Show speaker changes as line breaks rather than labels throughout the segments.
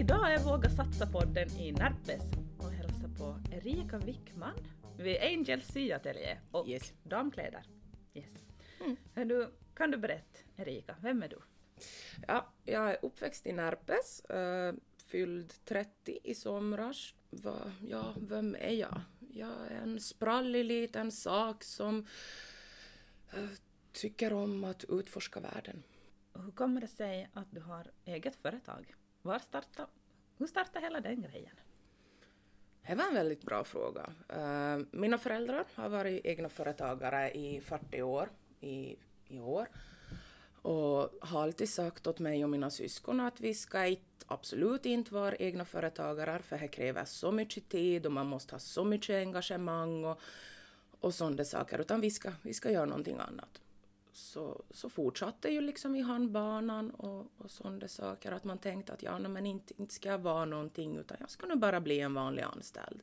Idag är Våga satsa-podden i Närpes och hälsar på Erika Wickman vid Angels syatelier och damkläder. Yes. Kan du berätta, Erika, vem är du?
Ja, jag är uppväxt i Närpes, fylld 30 i somras. Vem är jag? Jag är en sprallig liten sak som tycker om att utforska världen.
Hur kommer det sig att du har eget företag? Hur startade hela den grejen?
Det var en väldigt bra fråga. Mina föräldrar har varit egna företagare i 40 år i år. Och har alltid sagt åt mig och mina syskon att vi ska absolut inte vara egna företagare, för det kräver så mycket tid och man måste ha så mycket engagemang och sådana saker, utan vi ska göra någonting annat. Så fortsatte ju liksom i handbanan och sådana saker, att man tänkte att men inte ska jag vara någonting, utan jag ska nu bara bli en vanlig anställd.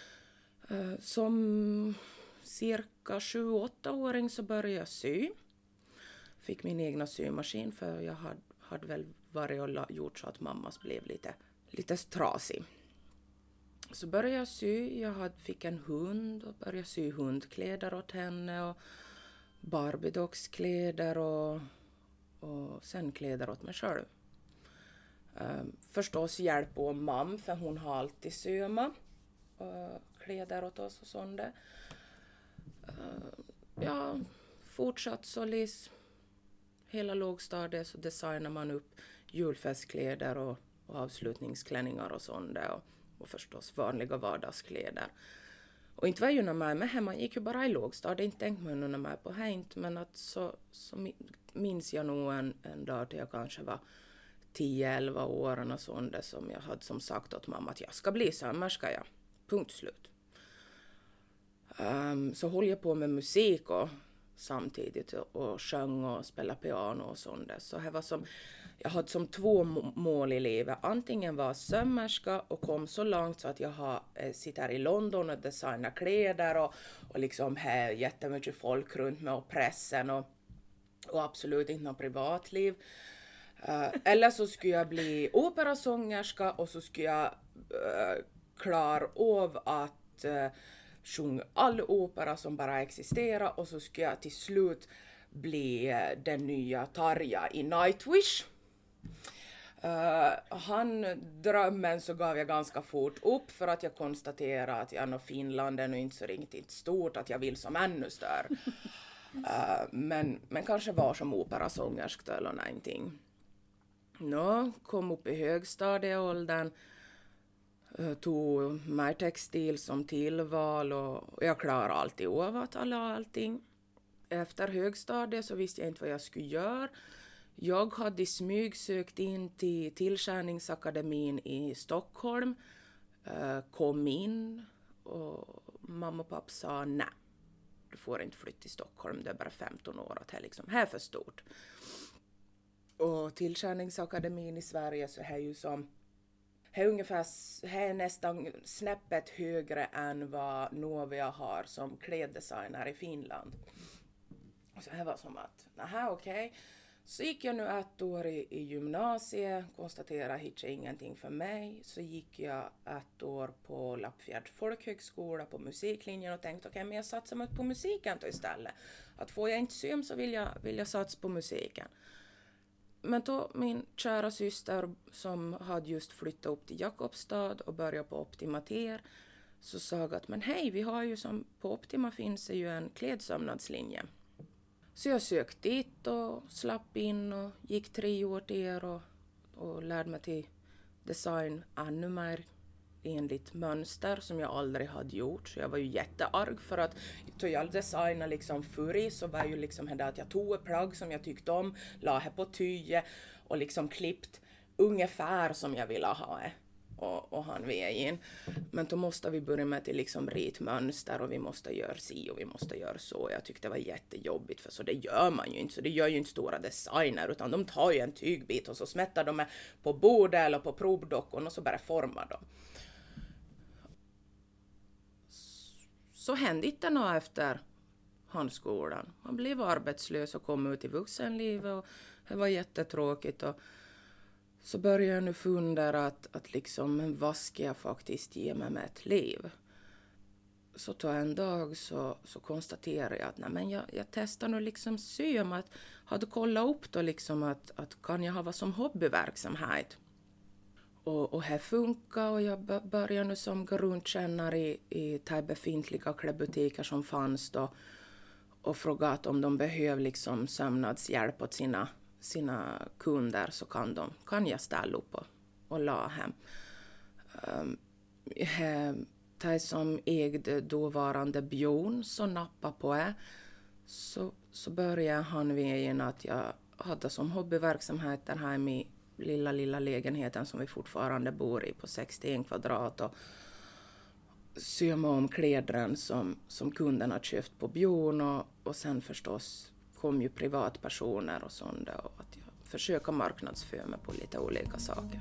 Som cirka 7-8-åring så började jag sy. Fick min egna symaskin, för jag hade väl varit och gjort så att mammas blev lite trasig. Så började jag sy. Fick en hund och började sy hundkläder åt henne och Barbie-dockskläder och sen kläder åt mig själv. Förstås hjälp av mamma, för hon har alltid syma kläder åt oss och sånt. Fortsatt så hela lågstadiet så designar man upp julfestkläder och avslutningsklänningar och sånt där, och förstås vanliga vardagskläder. Och inte var ju någon med hemma, man gick ju bara i lågstadiet, inte tänkte man någon med på hänt, men att så minns jag nog en dag till jag kanske var 10-11 år och sånt, som jag hade som sagt åt mamma att jag ska bli sömmerska, ja. Punkt slut. Så höll jag på med musik och samtidigt och sjöng och spela piano och sånt. Så jag hade som 2 mål i livet. Antingen var sömmerska och kom så långt så att jag sitter i London och designar kläder och liksom har jättemycket folk runt mig och pressen och absolut inte något privatliv. Eller så skulle jag bli operasångerska och så skulle jag klara av att sjunga all opera som bara existerar, och så skulle jag till slut bli den nya Tarja i Nightwish. Drömmen så gav jag ganska fort upp, för att jag konstaterade att Finland är nog inte så riktigt stort, att jag vill som ännu större. Men kanske var som operasångerska eller någonting. Kom upp i högstadieåldern. Tog mig textil som tillval och jag klarade alltid av att allting. Efter högstadiet så visste jag inte vad jag skulle göra. Jag hade i smyg sökt in till Tillskärningsakademin i Stockholm. Kom in och mamma och pappa sa nej. Du får inte flytta till Stockholm, det är bara 15 år, att det är för stort. Och Tillskärningsakademin i Sverige så är ju som är nästan snäppet högre än vad Novia har som kläddesigner i Finland. Och så här var som att, okej. Så gick jag nu 1 år i gymnasiet, konstaterade att ingenting för mig. Så gick jag 1 år på Lappfjärds folkhögskola på musiklinjen och tänkte men jag satsar mig på musiken då istället. Att får jag inte sym så vill jag satsa på musiken. Men då min kära syster som hade just flyttat upp till Jakobstad och börjat på Optimater, så sa att men hej, vi har ju som på Optima finns det ju en klädsömnadslinje. Så jag sökte dit och slapp in och gick 3 år till och lärde mig till design ännu mer enligt mönster som jag aldrig hade gjort. Så jag var ju jättearg, för att då jag designade liksom förr så var ju liksom det att jag tog ett plagg som jag tyckte om, la det på tyget och liksom klippt ungefär som jag ville ha det. Och han väg in. Men då måste vi börja med till liksom ritmönster och vi måste göra si och vi måste göra så. Jag tyckte det var jättejobbigt, för så det gör man ju inte. Så det gör ju inte stora designer, utan de tar ju en tygbit och så smättar de på bordet eller på provdockon och så bara formar de. Så hände inte något efter handskolan. Man blev arbetslös och kom ut i vuxenlivet och det var jättetråkigt. Och så började jag nu fundera att liksom, men vad ska jag faktiskt ge mig med ett liv? Så tog en dag så konstaterade jag att nej, men jag testar nu liksom sy om att hade kollat upp då liksom att kan jag ha vad som hobbyverksamhet. Och här funkar och jag började nu som grundkännare i de befintliga klädbutiker som fanns då och frågat om de behöver liksom sömnadshjälp åt sina kunder så kan jag ställa upp och la hem. De som ägde dåvarande Björn så nappa på det så började han vägen att jag hade som hobbyverksamhet den här med lilla lägenheten som vi fortfarande bor i på 61 kvadrat och syma om klädren som kunderna köpt på Björn och sen förstås kom ju privatpersoner och sånt och att jag försöker marknadsföra mig på lite olika saker.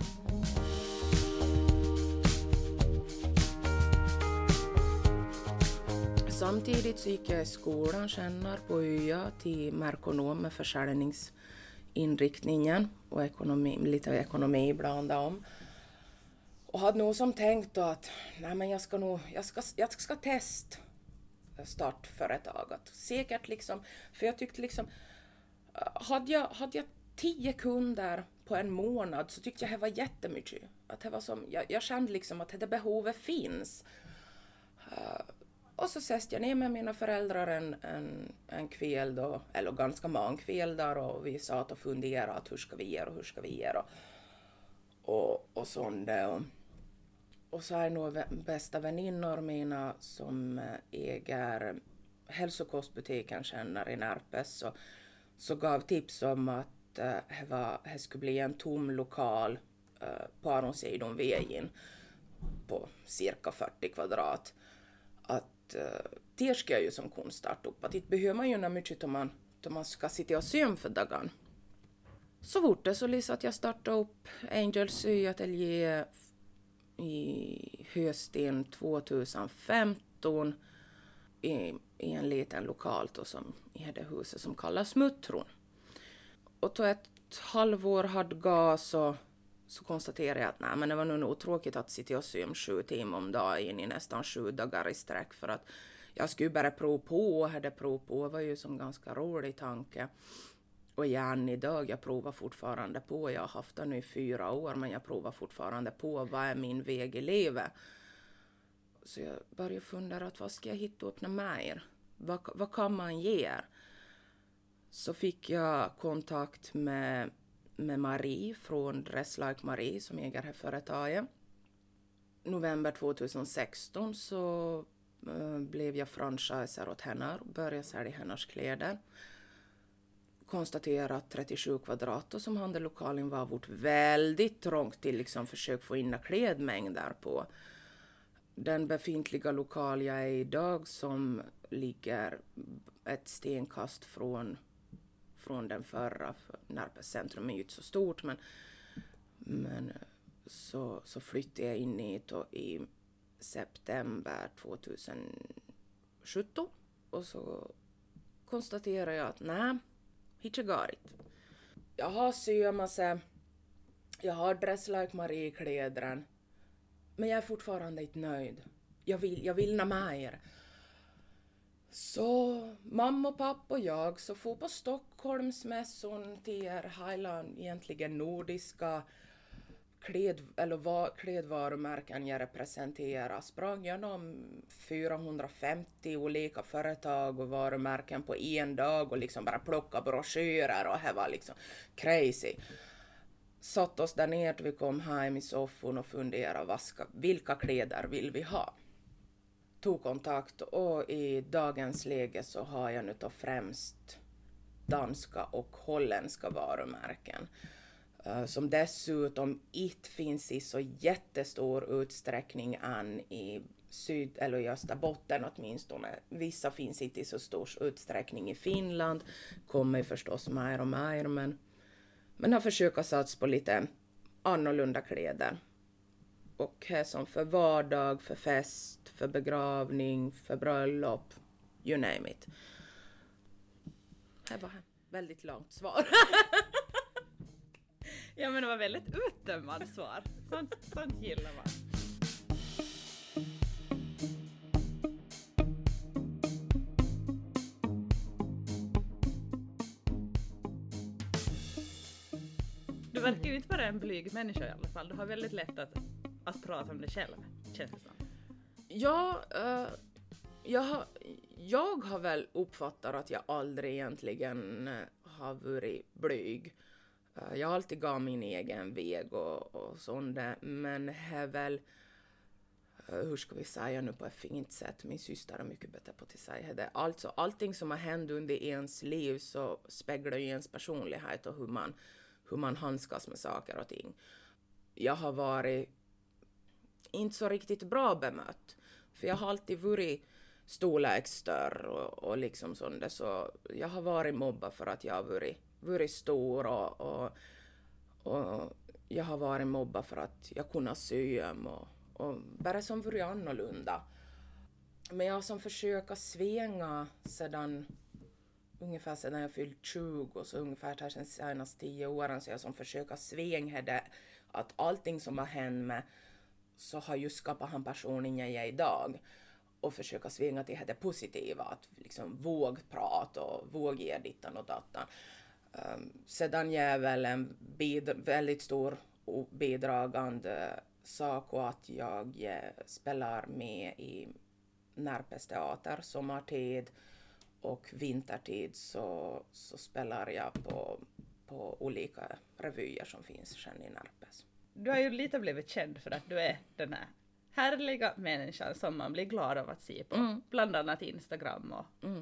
Samtidigt så gick jag i skolan, känner på YA till merkonom med försäljningsinriktningen och lite ekonomi ibland om. Och hade nog som tänkt då att nej men jag ska testa startföretaget. Säkert liksom, för jag tyckte liksom, hade jag 10 kunder på en månad så tyckte jag det var jättemycket. Att det var som, jag kände liksom att det behovet finns. Och så ses jag ner med mina föräldrar en kväll då, eller ganska många kvällar och vi satt och funderade att hur ska vi göra och sånt där. Och så är nog bästa väninnor mina som äger hälsokostbutiken känner i Närpes så gav tips om att det skulle bli en tom lokal på andra sidan vägen på cirka 40 kvadrat. Att det ska jag ju som kunde starta upp. Att det behöver man ju mycket om man ska sitta och söm för dagen. Så fort det så liksom att jag startade upp Angels syatelier i hösten 2015 i en liten lokal då, som i det huset som kallas Smuttron. Och då ett halvår hade gas så konstaterade jag att nej, men det var nog tråkigt att sitta och sy om 7 timmar om dagen i nästan 7 dagar i sträck för att jag skulle bara prova på det var ju som ganska rolig tanke. Och igen idag, jag provar fortfarande på, jag har haft det nu i 4 år men jag provar fortfarande på vad är min väg i livet. Så jag började fundera att vad ska jag hitta upp mer? Vad kan man ge? Så fick jag kontakt med Marie från Dress Like Marie som äger här företaget. November 2016 så blev jag franchiser åt henne och började sälja hennes kläder. Konstatera att 37 kvadrat som handellokalen var vårt väldigt trångt till liksom försök få in klädmängder på. Den befintliga lokal jag är idag som ligger ett stenkast från den förra, för Närpes centrum är ju inte så stort men så flyttade jag in i september 2017 och så konstaterade jag att nej, inte garit. Jag har syömase, jag har Dress Like Marie klädren men jag är fortfarande inte nöjd. Jag vill nå mer. Så mamma och pappa och jag så får på Stockholmsmässan till hela egentligen nordiska klädvarumärken jag representerar. Sprang genom 450 olika företag och varumärken på en dag och liksom bara plocka broschyrer och det var liksom crazy. Satt oss där ner till vi kom hem i soffan och funderade vilka kläder vill vi ha. Tog kontakt och i dagens läge så har jag nu då främst danska och holländska varumärken. Som dessutom inte finns i så jättestor utsträckning än i syd eller i Österbotten åtminstone. Vissa finns inte i så stor utsträckning i Finland. Kommer förstås mer och mer men har försökt satsa på lite annorlunda kläder. Och här som för vardag, för fest, för begravning, för bröllop, you name it. Det var väldigt långt svar.
Ja, men det var väldigt uttömmande svar. Sånt gillar man. Du verkar ju inte vara en blyg människa i alla fall. Du har väldigt lätt att prata om dig själv, känns det som.
Ja, jag har väl uppfattat att jag aldrig egentligen har varit blyg. Jag har alltid gav min egen väg och sånt där, men är väl, hur ska vi säga nu på ett fint sätt, min syster är mycket bättre på att säga det. Alltså, allting som har hänt under ens liv så speglar ju ens personlighet och hur man handskas med saker och ting. Jag har varit inte så riktigt bra bemött, för jag har alltid varit storleksstörre och liksom sånt där, så jag har varit mobbad för att jag har varit stor och jag har varit mobbad för att jag kunnat sy och bara som varit annorlunda. Men jag som försöker svänga ungefär sedan jag fyllt 20, så ungefär de senaste 10 åren, så jag som försöker svänga det att allting som har hänt med så har ju skapat han personen jag är idag, och försöka svänga till det positiva, att liksom våg prata och våg ge dittan och dattan. Sedan jag är väl en väldigt stor och bidragande sak, och att jag spelar med i Närpes teater sommartid, och vintertid så spelar jag på olika revyer som finns sedan i Närpes.
Du har ju lite blivit känd för att du är den här härliga människan som man blir glad av att se på, bland annat Instagram.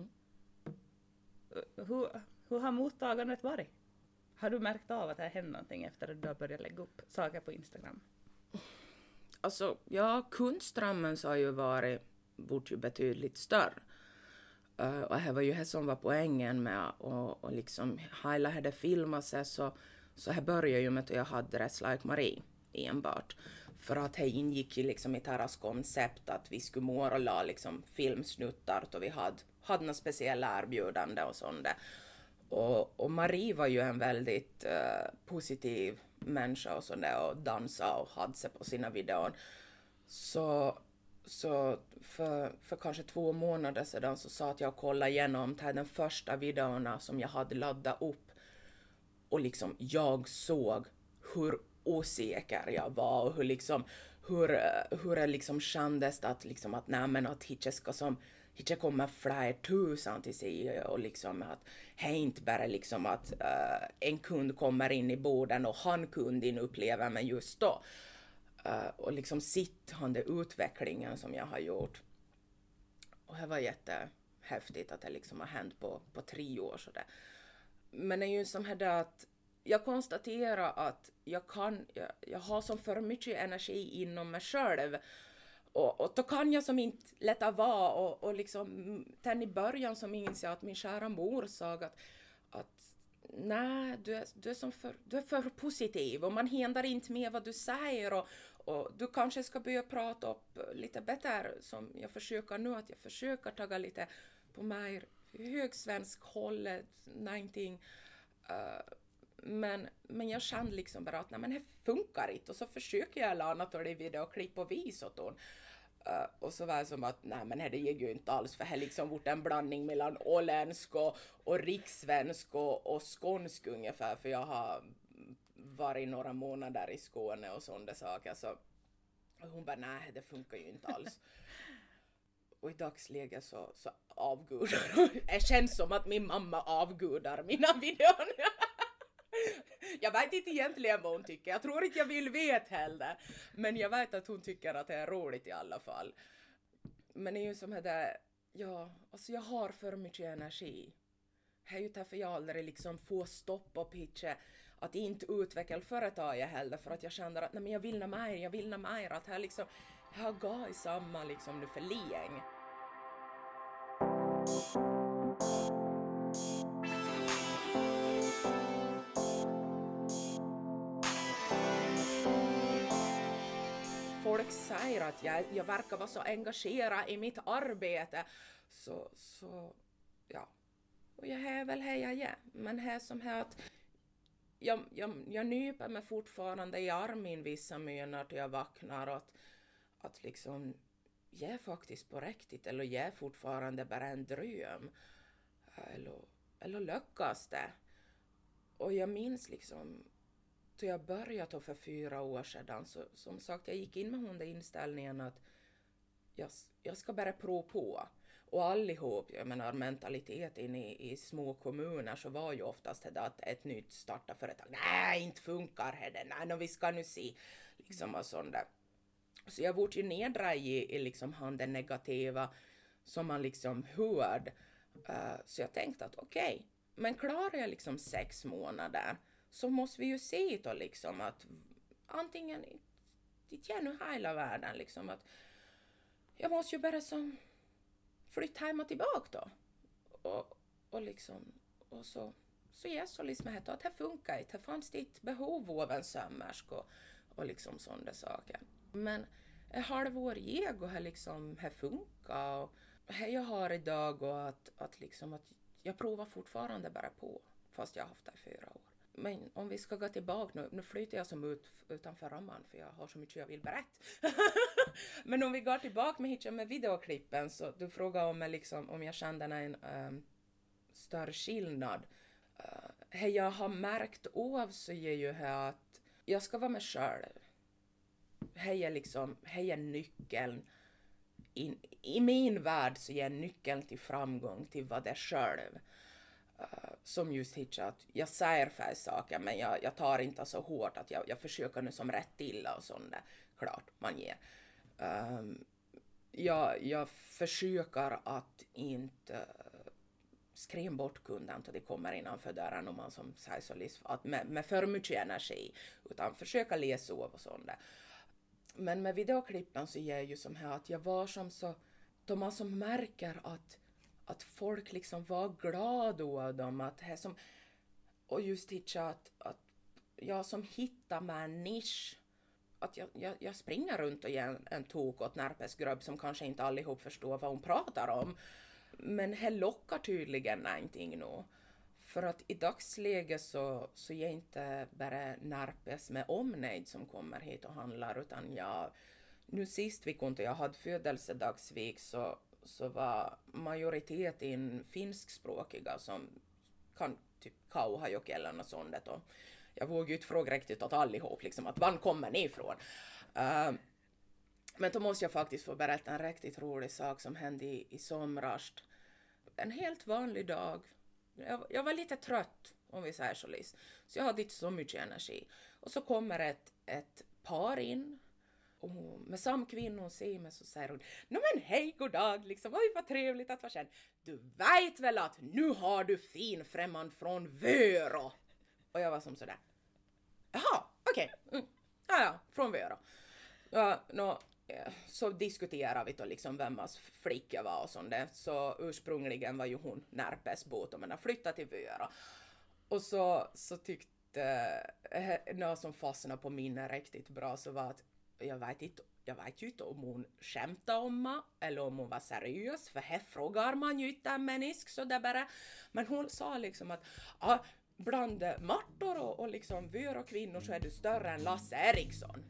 Hur har mottagandet varit? Har du märkt av att det har hänt någonting efter att du har börjat lägga upp saker på Instagram?
Alltså, ja, kundströmmen så har ju varit betydligt större. Och det var ju det som var poängen med och liksom hela det filmat sig, så här började ju med att jag hade Dress Like Marie enbart. För att det ingick ju liksom i deras koncept att vi skulle måla liksom filmsnuttar, och vi hade några speciella erbjudande och sånt där. Och Marie var ju en väldigt positiv människa och sånt där, och dansa och hade sig på sina videor. Så för kanske 2 månader sedan så sa att jag kollade igenom den första videorna som jag hade laddat upp, och liksom jag såg hur osäker jag var och hur det liksom kändes att liksom att nej, men att hitche kommer flera tusen till sig, och liksom att det inte bara liksom att en kund kommer in i borden och han kunden upplever mig just då. Och liksom sittande utvecklingen som jag har gjort. Och det var jättehäftigt att det liksom har hänt på 3 år. Så det. Men det är ju som här att jag konstaterar att jag har som för mycket energi inom mig själv. Och då kan jag som inte lätta vara. Och liksom, den i början så minns jag att min kära mor sa att nej, du är för positiv, och man händer inte med vad du säger, och du kanske ska börja prata upp lite bättre, som jag försöker nu, att jag försöker ta lite på mer högsvensk hållet, någonting. Men jag kände liksom bara att nej, men det funkar inte, och så försöker jag lana till det videoklipp och visa åt hon. Och så var det som att nej, men det gick ju inte alls, för det liksom varit en blandning mellan åländsk och rikssvensk och skånsk ungefär, för jag har varit några månader i Skåne och sådana saker, så hon bara nej, det funkar ju inte alls. Och i dagsläget så avgudar det känns som att min mamma avgudar mina videor. Jag vet inte egentligen vad hon tycker. Jag tror inte jag vill veta heller. Men jag vet att hon tycker att det är roligt i alla fall. Men det är ju som det, ja, alltså jag har för mycket energi. Det är ju därför jag aldrig liksom får stopp och pitcha att inte utveckla företaget heller. För att jag känner att nej, men jag vill nå mer. Att jag liksom, jag går i samma liksom nu för länge. Folk säger att jag verkar vara så engagerad i mitt arbete. Så ja. Och jag är väl här jag är. Men här som här att jag nyper mig fortfarande i armen vissa minuter till jag vaknar och att liksom jag är faktiskt på riktigt eller jag är fortfarande bara en dröm eller lyckas det. Och jag minns liksom då jag började för 4 år sedan så som sagt jag gick in med den inställningen att jag ska bara prova på. Och allihop, jag menar mentaliteten i små kommuner så var ju oftast det att ett nytt starta företag, nej inte funkar det, nej vi ska nu se liksom och sånt där. Så jag vart ju neddrag i liksom han det negativa som man liksom hörde. Så jag tänkte att okej, men klarar jag liksom 6 månader så måste vi ju se då liksom att antingen det är nu hela världen liksom att jag måste ju bara som flytta hem och tillbaka då. Och liksom och så jag så liksom att det funkar inte. Det fanns ditt behov av en sömmerska och liksom sådana saker. Men ett halvår jag och det liksom det funkar och det jag har idag och att liksom att jag provar fortfarande bara på fast jag har haft det i 4 år. Men om vi ska gå tillbaka nu flyter jag som utanför ramen för jag har så mycket jag vill berätta. Men om vi går tillbaka med videoklippen så du frågar om jag kände en större skillnad. Jag har märkt av så är ju här att jag ska vara mig själv. Det är nyckeln. I min värld så är nyckeln till framgång till vad det är själv. Som just hittar att jag säger för saker men jag tar inte så hårt att jag försöker nu som rätt till och sånt där. Klart man ger. Jag försöker att inte skrämma bort kunden till det kommer innanför dörren om man som säger så att med för mycket energi utan försöka läsa av och sånt där. Men med videoklippen så är jag ju som här att jag var som så de som märker att folk liksom var glada av dem att det som och just hitta att jag som hittar med en nisch att jag springer runt och ger en tok åt närpesgrupp som kanske inte allihop förstår vad hon pratar om men det lockar tydligen någonting nu för att i dagsläget så är inte bara närpes med omnejd som kommer hit och handlar utan nu sist vi kunde jag hade födelsedagsvik så var majoriteten finskspråkiga som kan typ Kauhajoki eller något sånt och jag vågar inte fråga riktigt åt allihop liksom att var kommer ni ifrån men då måste jag faktiskt få berätta en riktigt rolig sak som hände i somras en helt vanlig dag jag var lite trött om vi säger så Liz så jag hade inte så mycket energi och så kommer ett par in och med samma kvinna hon ser mig så säger hon men hej god dag liksom oj vad trevligt att vara känd du vet väl att nu har du fin främmand från Vörå och jag var som sådär jaha okej. Ja från Vörå så diskuterar vi då liksom vems flicka var och sånt där så ursprungligen var ju hon närpesbot och man har flyttat till Vörå och så tyckte något som fastnade på minne riktigt bra så var att jag vet ju inte om hon skämtade om mig eller om hon var seriös för här frågar man ju inte en människ så där bara men hon sa liksom att bland martor och liksom Vörå kvinnor så är du större än Lasse Eriksson.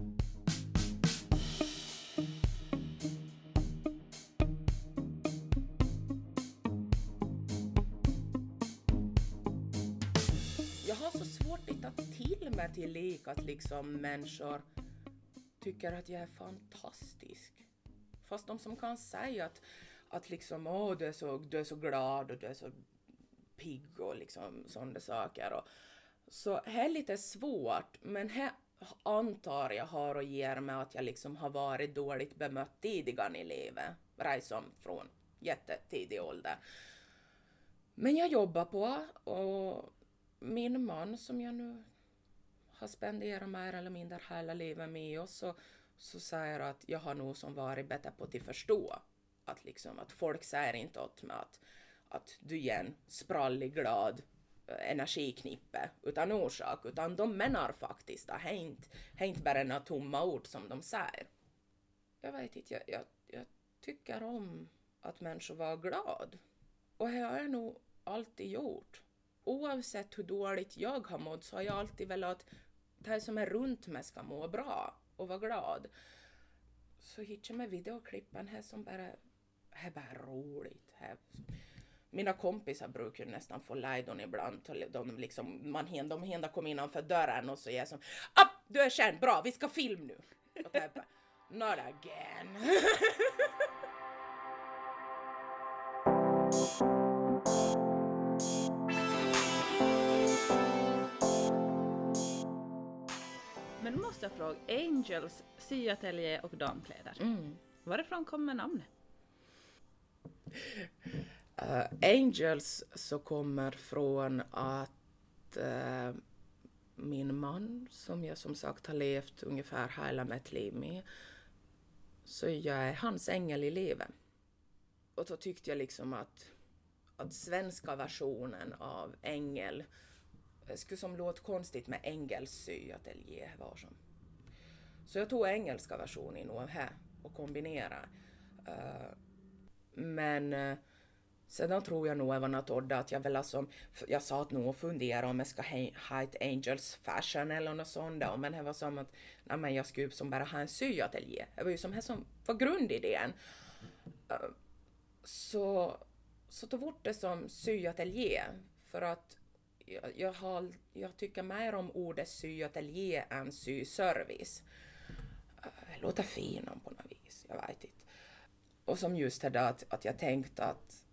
Jag har så svårt att ta till mig till lika att liksom människor tycker att jag är fantastisk. Fast de som kan säga att liksom du är så glad och du är så pigg och liksom sådana saker. Och, så det är lite svårt men här antar jag har att göra med att jag liksom har varit dåligt bemött tidigare i livet. Redan från jättetidig ålder. Men jag jobbar på och min man som jag nu har spenderat mer eller mindre hela livet med oss så säger att jag har nog som varit bättre på att förstå att liksom att folk säger inte åt mig att du är en sprallig glad energiknippe utan orsak utan de menar faktiskt att det är inte bara några tomma ord som de säger. Jag vet inte, jag tycker om att människor var glad och det har jag nog alltid gjort. oavsett hur dåligt jag har mått så har jag alltid velat att det som är runt mig ska må bra och vara glad. Så hittar jag med videoklippen här som bara är bara roligt. Mina kompisar brukar nästan få lejdon ibland. De liksom, de hinner komma innanför dörren och så är jag som du är känd, bra, vi ska film nu. Och jag bara, not again.
Men måste jag fråga, Angels syateljé och damkläder. Varifrån kommer namnet?
Angels så kommer från att min man, som jag som sagt har levt ungefär hela mitt liv med, så jag är hans ängel i livet. Och då tyckte jag liksom att svenska versionen av ängel skulle som låta konstigt med Engels syateljé var som. Så jag tog engelska versionen nog här och kombinerade. Men sedan tror jag nog även att jag vill alltså, jag sa att nog fundera om jag ska ha ett Angels fashion eller något sånt där, men det var som att nej, jag skulle som bara ha en syateljé. Det var ju som här som var grundidén. Så tog bort det som syateljé för att jag tycker mer om ordet syateljé än syservice. Det låter finan på något vis, jag vet inte. Och som just det där att jag tänkte att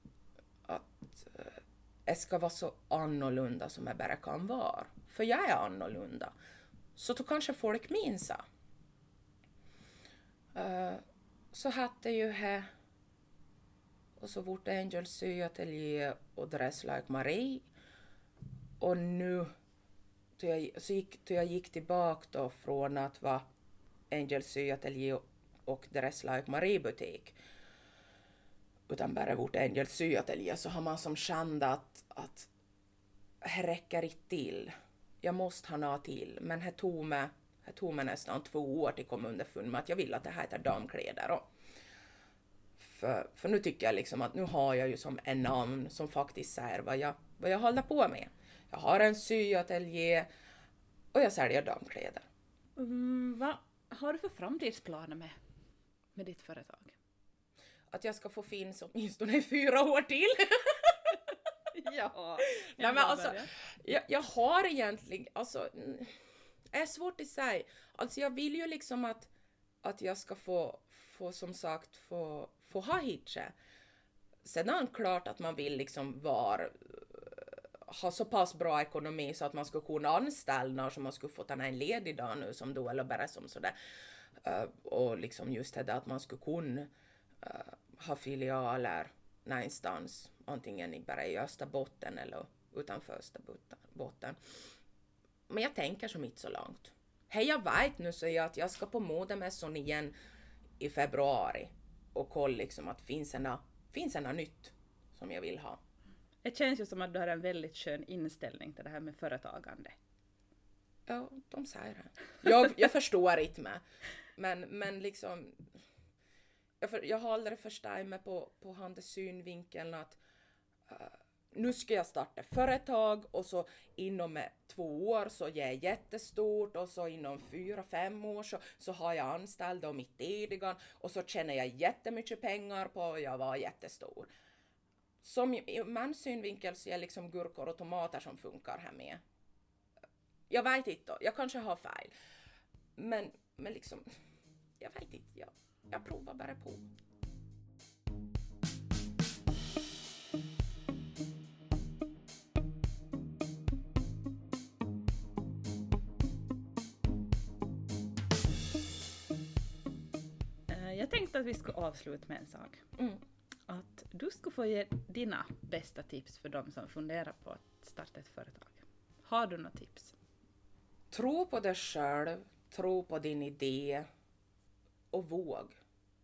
jag ska vara så annorlunda som jag bara kan vara. För jag är annorlunda. Så då kanske folk minns. Så hade ju här och så vart Angels syateljé och Dress Like Marie. Och nu jag gick tillbaka då från att vara Angels syateljé och Dress Like Marie butik. Utan bara vårt Angels syateljé så har man som känt att det räcker inte till. Jag måste ha något till. Men det tog mig nästan 2 år till komma underfund med att jag vill att det här heter damkläder. För nu tycker jag liksom att nu har jag ju som en namn som faktiskt säger vad jag håller på med. Jag har en syateljé och jag säljer damkläder.
Vad har du för framtidsplaner med ditt företag?
Att jag ska få finnas åtminstone i 4 år till.
Ja.
Nej, men alltså, jag har egentligen, alltså, det är svårt att säga. Alltså jag vill ju liksom att jag ska få som sagt få ha hitche. Sen är det klart att man vill liksom ha så pass bra ekonomi så att man skulle kunna anställa så man skulle få ta en ledig dag nu som då eller bara som sådär. Och liksom just det att man skulle kunna ha filialer någonstans, antingen bara i Österbotten eller utanför Österbotten. Men jag tänker som inte så långt. Hej, jag vet nu så att jag ska på modemässan igen i februari och kolla liksom att finns det nytt som jag vill ha.
Det känns ju som att du har en väldigt skön inställning till det här med företagande.
Ja, de säger det. Jag förstår inte mig. Men liksom jag har aldrig förstått mig på hans synvinkeln att nu ska jag starta företag och så inom 2 år så är jag jättestort och så inom 4-5 år så har jag anställda och mitt eget och så tjänar jag jättemycket pengar på och jag var jättestor. Som i mans synvinkel så är liksom gurkor och tomater som funkar här med. Jag vet inte då, jag kanske har fel. Men liksom, jag vet inte, jag provar bara på.
Jag tänkte att vi ska avsluta med en sak. Att du ska få ge dina bästa tips för de som funderar på att starta ett företag. Har du några tips?
Tro på dig själv, tro på din idé och våg.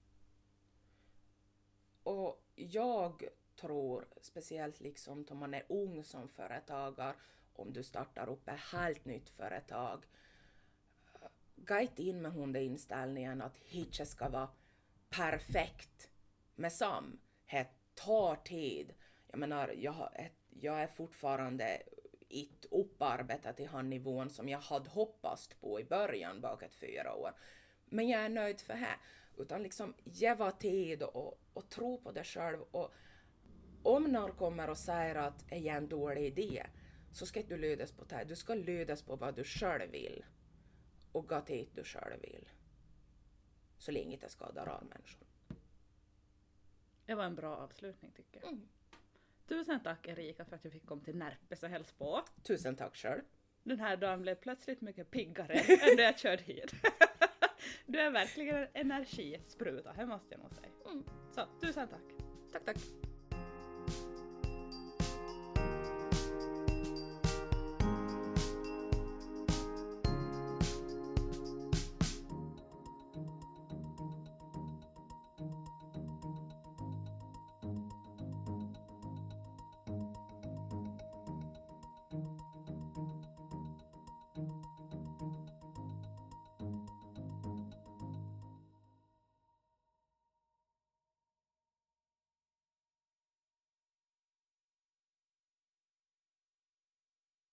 Och jag tror, speciellt liksom om man är ung som företagare, om du startar upp ett helt nytt företag, gå inte in med den inställningen att hitcha ska vara perfekt med sam. Det tar tid. Jag menar, jag är fortfarande inte upparbetad till han nivån som jag hade hoppats på i början bakåt 4 år. Men jag är nöjd för det. Utan liksom ge var tid och tro på det själv. Och om någon kommer och säger att det är en dålig idé, så ska inte du lydas på det. Du ska lydas på vad du själv vill. Och gå dit du själv vill. Så länge det skadar av människan.
Det var en bra avslutning tycker jag. Tusen tack Erika för att jag fick komma till Närpes och hälsa på.
Tusen tack själv.
Den här dagen blev plötsligt mycket piggare än då jag körde hit. Du är verkligen en energispruta, det måste jag nog säga. Så, tusen tack.
Tack.